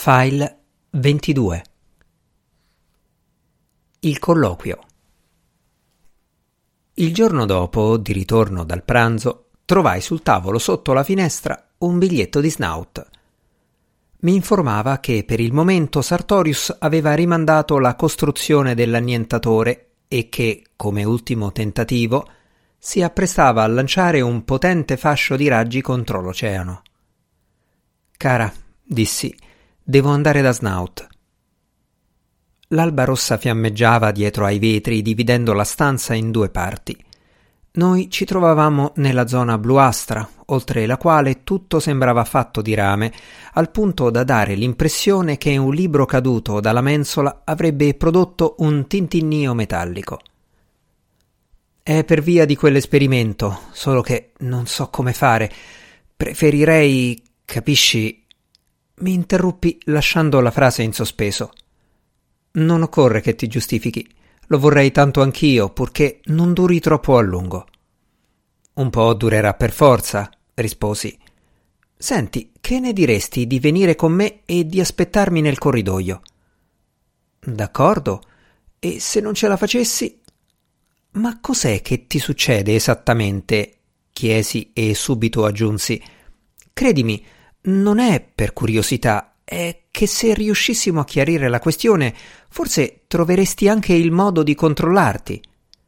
File 22. Il colloquio. Il giorno dopo, di ritorno dal pranzo, trovai sul tavolo sotto la finestra un biglietto di Snout. Mi informava che per il momento Sartorius aveva rimandato la costruzione dell'annientatore e che, come ultimo tentativo, si apprestava a lanciare un potente fascio di raggi contro l'oceano. «Cara», dissi, «devo andare da Snout». L'alba rossa fiammeggiava dietro ai vetri, dividendo la stanza in due parti. Noi ci trovavamo nella zona bluastra, oltre la quale tutto sembrava fatto di rame, al punto da dare l'impressione che un libro caduto dalla mensola avrebbe prodotto un tintinnio metallico. «È per via di quell'esperimento, solo che non so come fare. Preferirei, capisci...» Mi interruppi lasciando la frase in sospeso. «Non occorre che ti giustifichi. Lo vorrei tanto anch'io, purché non duri troppo a lungo». «Un po' durerà per forza», risposi. «Senti, che ne diresti di venire con me e di aspettarmi nel corridoio?» «D'accordo. E se non ce la facessi?» «Ma cos'è che ti succede esattamente?» chiesi e subito aggiunsi. «Credimi, non è per curiosità, è che se riuscissimo a chiarire la questione, forse troveresti anche il modo di controllarti».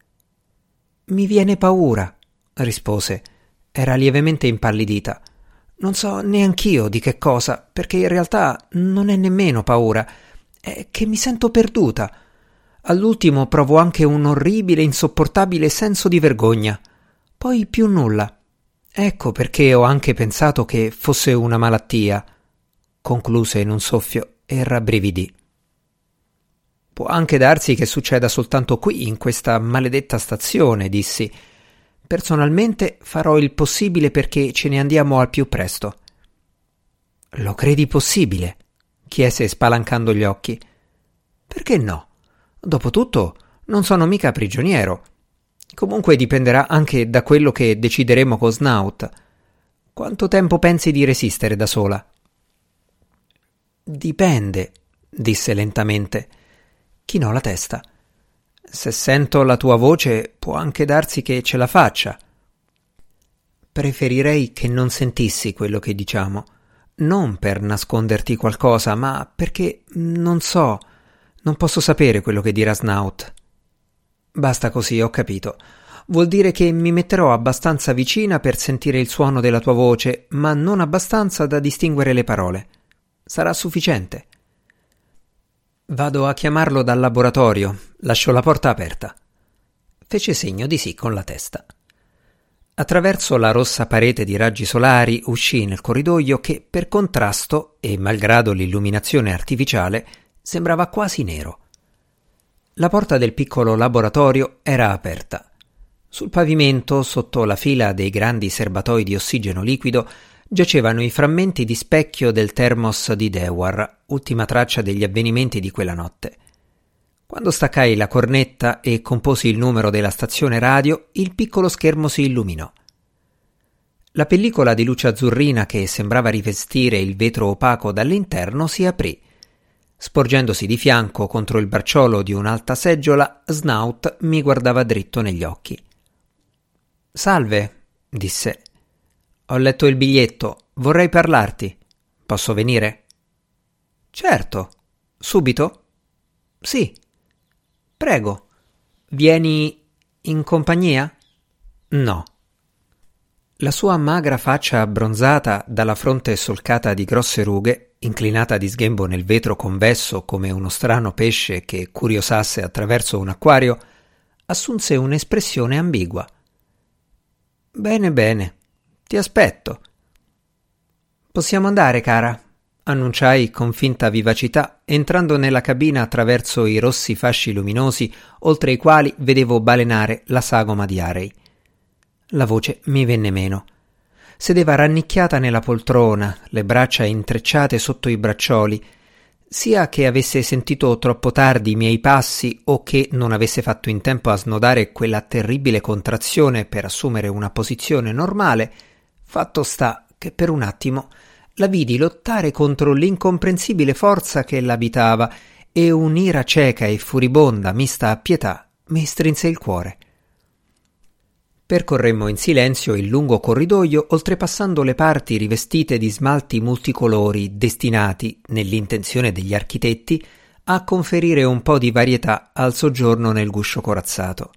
«Mi viene paura», rispose. Era lievemente impallidita. «Non so neanch'io di che cosa, perché in realtà non è nemmeno paura, è che mi sento perduta. All'ultimo provo anche un orribile, insopportabile senso di vergogna. Poi più nulla. Ecco perché ho anche pensato che fosse una malattia», concluse in un soffio e rabbrividì. «Può anche darsi che succeda soltanto qui, in questa maledetta stazione», dissi. «Personalmente farò il possibile perché ce ne andiamo al più presto». «Lo credi possibile?» chiese spalancando gli occhi. «Perché no? Dopotutto non sono mica prigioniero. Comunque dipenderà anche da quello che decideremo con Snout. Quanto tempo pensi di resistere da sola?» «Dipende», disse lentamente. Chinò la testa. «Se sento la tua voce può anche darsi che ce la faccia». «Preferirei che non sentissi quello che diciamo, non per nasconderti qualcosa, ma perché non posso sapere quello che dirà Snout». «Basta così, ho capito. Vuol dire che mi metterò abbastanza vicina per sentire il suono della tua voce, ma non abbastanza da distinguere le parole. Sarà sufficiente». «Vado a chiamarlo dal laboratorio. Lascio la porta aperta». Fece segno di sì con la testa. Attraverso la rossa parete di raggi solari uscì nel corridoio che, per contrasto e malgrado l'illuminazione artificiale, sembrava quasi nero. La porta del piccolo laboratorio era aperta. Sul pavimento, sotto la fila dei grandi serbatoi di ossigeno liquido, giacevano i frammenti di specchio del termos di Dewar, ultima traccia degli avvenimenti di quella notte. Quando staccai la cornetta e composi il numero della stazione radio, il piccolo schermo si illuminò. La pellicola di luce azzurrina che sembrava rivestire il vetro opaco dall'interno si aprì. Sporgendosi di fianco contro il bracciolo di un'alta seggiola, Snout mi guardava dritto negli occhi. «Salve», disse. «Ho letto il biglietto. Vorrei parlarti. Posso venire?» «Certo. Subito?» «Sì». «Prego. Vieni in compagnia?» «No». La sua magra faccia abbronzata, dalla fronte solcata di grosse rughe, inclinata di sghembo nel vetro convesso come uno strano pesce che curiosasse attraverso un acquario, assunse un'espressione ambigua. «Bene, bene. Ti aspetto». «Possiamo andare, cara», annunciai con finta vivacità, entrando nella cabina attraverso i rossi fasci luminosi oltre i quali vedevo balenare la sagoma di Arey. La voce mi venne meno. Sedeva rannicchiata nella poltrona, le braccia intrecciate sotto i braccioli, sia che avesse sentito troppo tardi i miei passi o che non avesse fatto in tempo a snodare quella terribile contrazione per assumere una posizione normale. Fatto sta che per un attimo La vidi lottare contro l'incomprensibile forza che l'abitava e un'ira cieca e furibonda, mista a pietà, mi strinse il cuore. Percorremmo in silenzio il lungo corridoio, oltrepassando le parti rivestite di smalti multicolori destinati, nell'intenzione degli architetti, a conferire un po' di varietà al soggiorno nel guscio corazzato.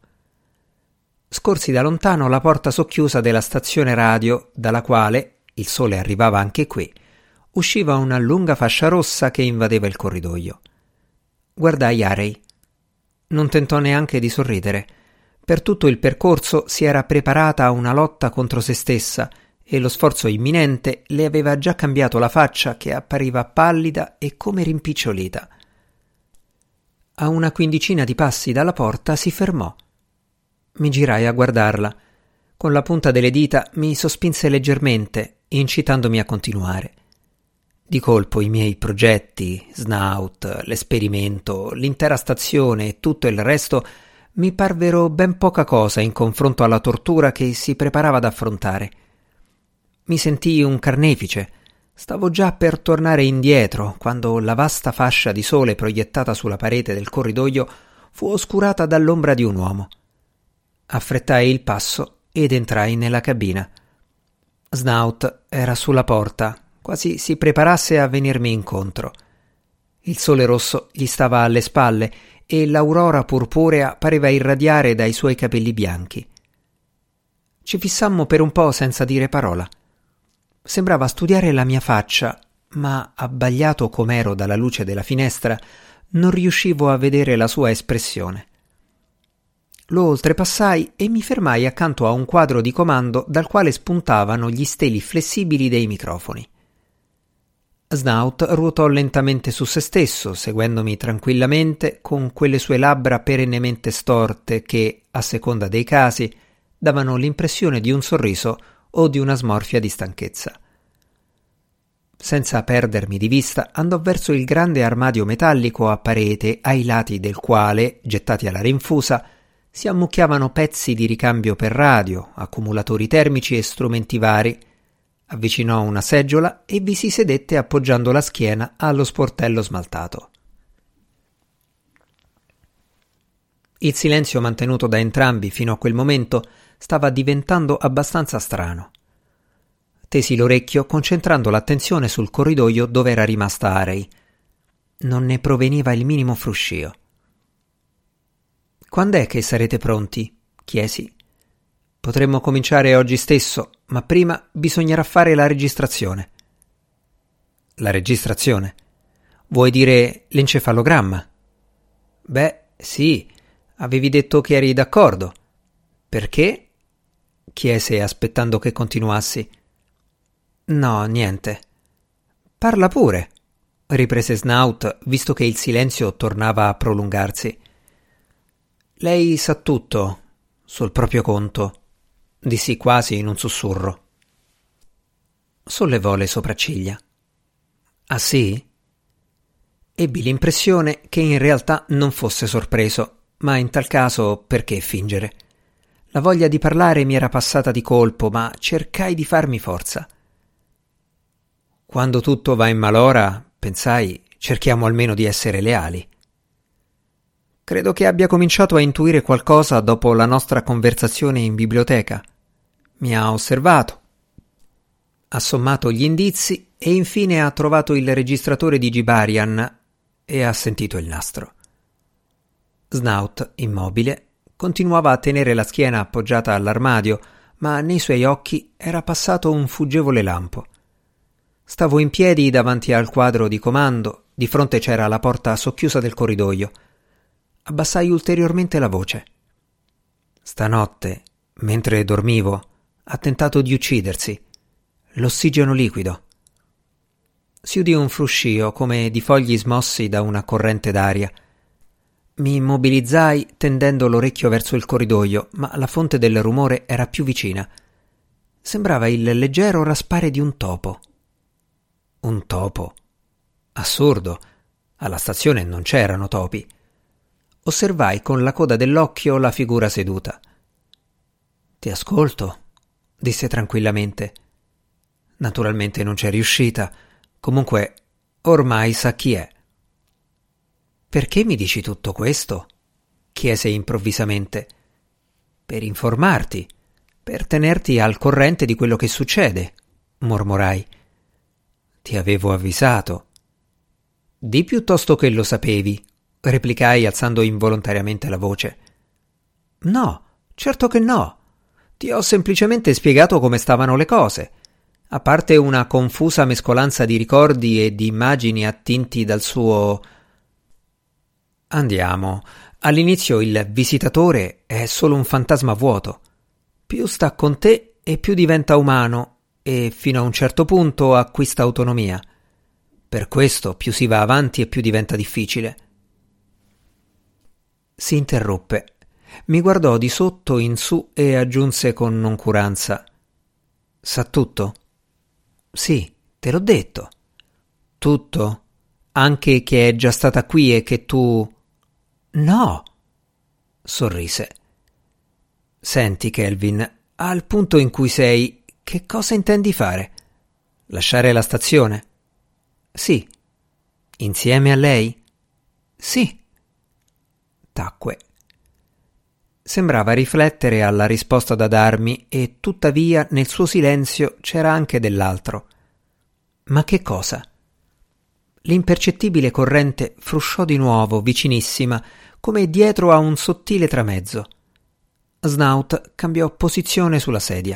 Scorsi da lontano la porta socchiusa della stazione radio, dalla quale, il sole arrivava anche qui, usciva una lunga fascia rossa che invadeva il corridoio. Guardai Arei. Non tentò neanche di sorridere. Per tutto il percorso si era preparata a una lotta contro se stessa e lo sforzo imminente le aveva già cambiato la faccia, che appariva pallida e come rimpicciolita. A una quindicina di passi dalla porta si fermò. Mi girai a guardarla. Con la punta delle dita mi sospinse leggermente, incitandomi a continuare. Di colpo i miei progetti, Snout, l'esperimento, l'intera stazione e tutto il resto mi parvero ben poca cosa in confronto alla tortura che si preparava ad affrontare. Mi sentii un carnefice. Stavo già per tornare indietro quando la vasta fascia di sole proiettata sulla parete del corridoio fu oscurata dall'ombra di un uomo. Affrettai il passo ed entrai nella cabina. Snout era sulla porta, quasi si preparasse a venirmi incontro. Il sole rosso gli stava alle spalle e l'aurora purpurea pareva irradiare dai suoi capelli bianchi. Ci fissammo per un po' senza dire parola. Sembrava studiare la mia faccia, ma abbagliato com'ero dalla luce della finestra, non riuscivo a vedere la sua espressione. Lo oltrepassai e mi fermai accanto a un quadro di comando dal quale spuntavano gli steli flessibili dei microfoni. Snout ruotò lentamente su se stesso, seguendomi tranquillamente con quelle sue labbra perennemente storte che, a seconda dei casi, davano l'impressione di un sorriso o di una smorfia di stanchezza. Senza perdermi di vista, andò verso il grande armadio metallico a parete ai lati del quale, gettati alla rinfusa, si ammucchiavano pezzi di ricambio per radio, accumulatori termici e strumenti vari. Avvicinò una seggiola e vi si sedette appoggiando la schiena allo sportello smaltato. Il silenzio mantenuto da entrambi fino a quel momento stava diventando abbastanza strano. Tesi l'orecchio concentrando l'attenzione sul corridoio dove era rimasta Arei. Non ne proveniva il minimo fruscio. «Quand'è che sarete pronti?» chiesi. «Potremmo cominciare oggi stesso, ma prima bisognerà fare la registrazione». «La registrazione? Vuoi dire l'encefalogramma?» «Beh, sì, avevi detto che eri d'accordo». «Perché?» chiese aspettando che continuassi. «No, niente». «Parla pure», riprese Snout, visto che il silenzio tornava a prolungarsi. «Lei sa tutto, sul proprio conto», dissi quasi in un sussurro. Sollevò le sopracciglia. «Ah sì?» Ebbi l'impressione che in realtà non fosse sorpreso, ma in tal caso perché fingere? La voglia di parlare mi era passata di colpo, ma cercai di farmi forza. «Quando tutto va in malora», pensai, «cerchiamo almeno di essere leali». «Credo che abbia cominciato a intuire qualcosa dopo la nostra conversazione in biblioteca. Mi ha osservato, ha sommato gli indizi e infine ha trovato il registratore di Gibarian e ha sentito il nastro». Snout, immobile, continuava a tenere la schiena appoggiata all'armadio, ma nei suoi occhi era passato un fuggevole lampo. Stavo in piedi davanti al quadro di comando, di fronte c'era la porta socchiusa del corridoio. Abbassai ulteriormente la voce. «Stanotte, mentre dormivo, ha tentato di uccidersi. L'ossigeno liquido». Si udì un fruscio come di fogli smossi da una corrente d'aria. Mi immobilizzai tendendo l'orecchio verso il corridoio, ma la fonte del rumore era più vicina. Sembrava il leggero raspare di un topo. Un topo? Assurdo. Alla stazione non c'erano topi. Osservai con la coda dell'occhio la figura seduta. «Ti ascolto», disse tranquillamente. Naturalmente non c'è riuscita. Comunque, ormai sa chi è. Perché mi dici tutto questo? Chiese improvvisamente. Per informarti, per tenerti al corrente di quello che succede, mormorai. Ti avevo avvisato. Di piuttosto che lo sapevi, replicai alzando involontariamente la voce. No, certo che no. Ti ho semplicemente spiegato come stavano le cose. A parte una confusa mescolanza di ricordi e di immagini attinti dal suo... Andiamo. All'inizio il visitatore è solo un fantasma vuoto. Più sta con te e più diventa umano e fino a un certo punto acquista autonomia. Per questo più si va avanti e più diventa difficile. Si interruppe. Mi guardò di sotto in su e aggiunse con noncuranza. Sa tutto? Sì, te l'ho detto. Tutto? Anche che è già stata qui e che tu... No! Sorrise. Senti, Kelvin, al punto in cui sei, che cosa intendi fare? Lasciare la stazione? Sì. Insieme a lei? Sì. Tacque. Sembrava riflettere alla risposta da darmi e tuttavia nel suo silenzio c'era anche dell'altro. Ma che cosa? L'impercettibile corrente frusciò di nuovo, vicinissima, come dietro a un sottile tramezzo. Snout cambiò posizione sulla sedia.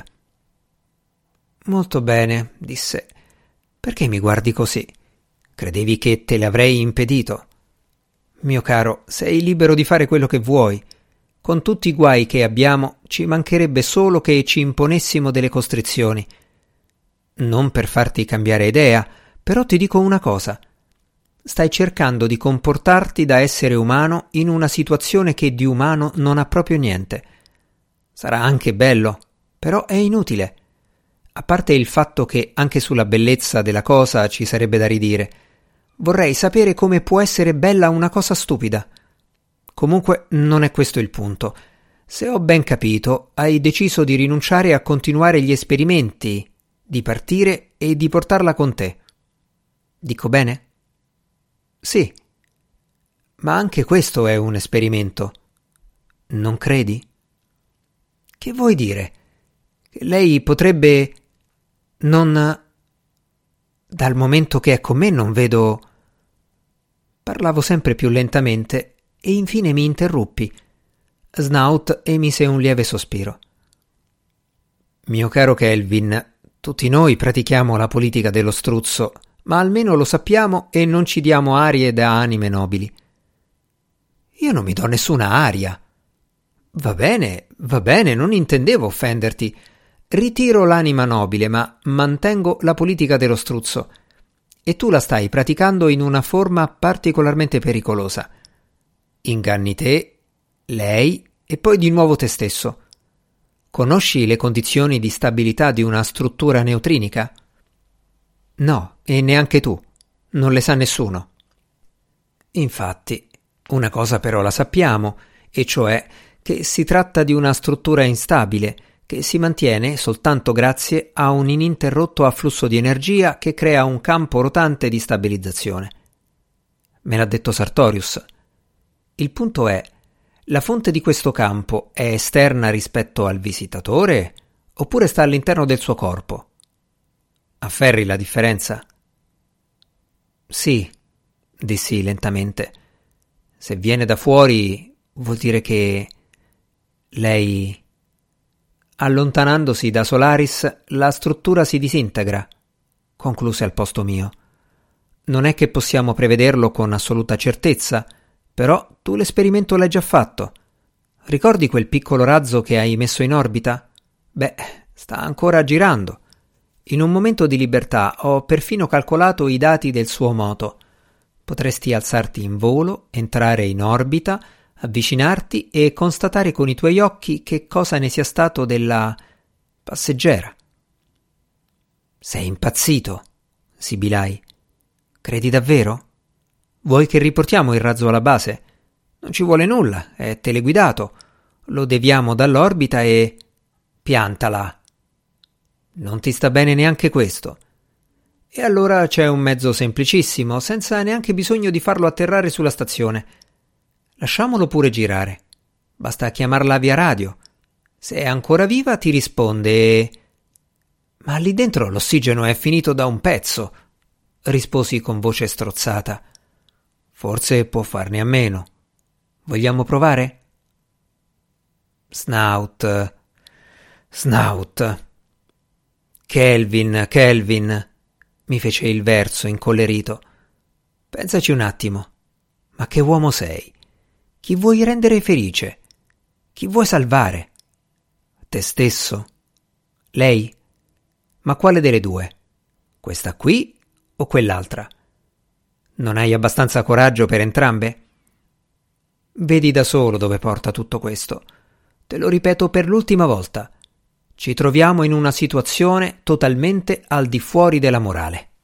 Molto bene, disse. Perché mi guardi così? Credevi che te l'avrei impedito? Mio caro, sei libero di fare quello che vuoi. Con tutti i guai che abbiamo, ci mancherebbe solo che ci imponessimo delle costrizioni. Non per farti cambiare idea, però ti dico una cosa. Stai cercando di comportarti da essere umano in una situazione che di umano non ha proprio niente. Sarà anche bello, però è inutile. A parte il fatto che anche sulla bellezza della cosa ci sarebbe da ridire, vorrei sapere come può essere bella una cosa stupida. Comunque non è questo il punto. Se ho ben capito, hai deciso di rinunciare a continuare gli esperimenti, di partire e di portarla con te. Dico bene? Sì. Ma anche questo è un esperimento. Non credi? Che vuoi dire? Che lei potrebbe... non... Dal momento che è con me non vedo... Parlavo sempre più lentamente e infine mi interruppi. Snout emise un lieve sospiro. Mio caro Kelvin, tutti noi pratichiamo la politica dello struzzo, ma almeno lo sappiamo e non ci diamo arie da anime nobili. Io non mi do nessuna aria. Va bene, non intendevo offenderti. Ritiro l'anima nobile, ma mantengo la politica dello struzzo. E tu la stai praticando in una forma particolarmente pericolosa. Inganni te, lei e poi di nuovo te stesso. Conosci le condizioni di stabilità di una struttura neutrinica? No, e neanche tu. Non le sa nessuno. Infatti, una cosa però la sappiamo, e cioè che si tratta di una struttura instabile, che si mantiene soltanto grazie a un ininterrotto afflusso di energia che crea un campo rotante di stabilizzazione. Me l'ha detto Sartorius. Il punto è, la fonte di questo campo è esterna rispetto al visitatore oppure sta all'interno del suo corpo? Afferri la differenza? Sì, dissi lentamente. Se viene da fuori vuol dire che lei... Allontanandosi da Solaris, la struttura si disintegra, concluse al posto mio. Non è che possiamo prevederlo con assoluta certezza, però tu l'esperimento l'hai già fatto. Ricordi quel piccolo razzo che hai messo in orbita? Beh, sta ancora girando. In un momento di libertà ho perfino calcolato i dati del suo moto. Potresti alzarti in volo, entrare in orbita, avvicinarti e constatare con i tuoi occhi che cosa ne sia stato della passeggera. Sei impazzito, sibilai. Credi davvero? Vuoi che riportiamo il razzo alla base? Non ci vuole nulla, è teleguidato. Lo deviamo dall'orbita e... Piantala. Non ti sta bene neanche questo. E allora c'è un mezzo semplicissimo, senza neanche bisogno di farlo atterrare sulla stazione. Lasciamolo pure girare. Basta chiamarla via radio. Se è ancora viva ti risponde e... Ma lì dentro l'ossigeno è finito da un pezzo, risposi con voce strozzata. Forse può farne a meno. Vogliamo provare? Snout. Kelvin, mi fece il verso incollerito. Pensaci un attimo. Ma che uomo sei? Chi vuoi rendere felice? Chi vuoi salvare? Te stesso? Lei? Ma quale delle due? Questa qui o quell'altra? Non hai abbastanza coraggio per entrambe? Vedi da solo dove porta tutto questo. Te lo ripeto per l'ultima volta. Ci troviamo in una situazione totalmente al di fuori della morale.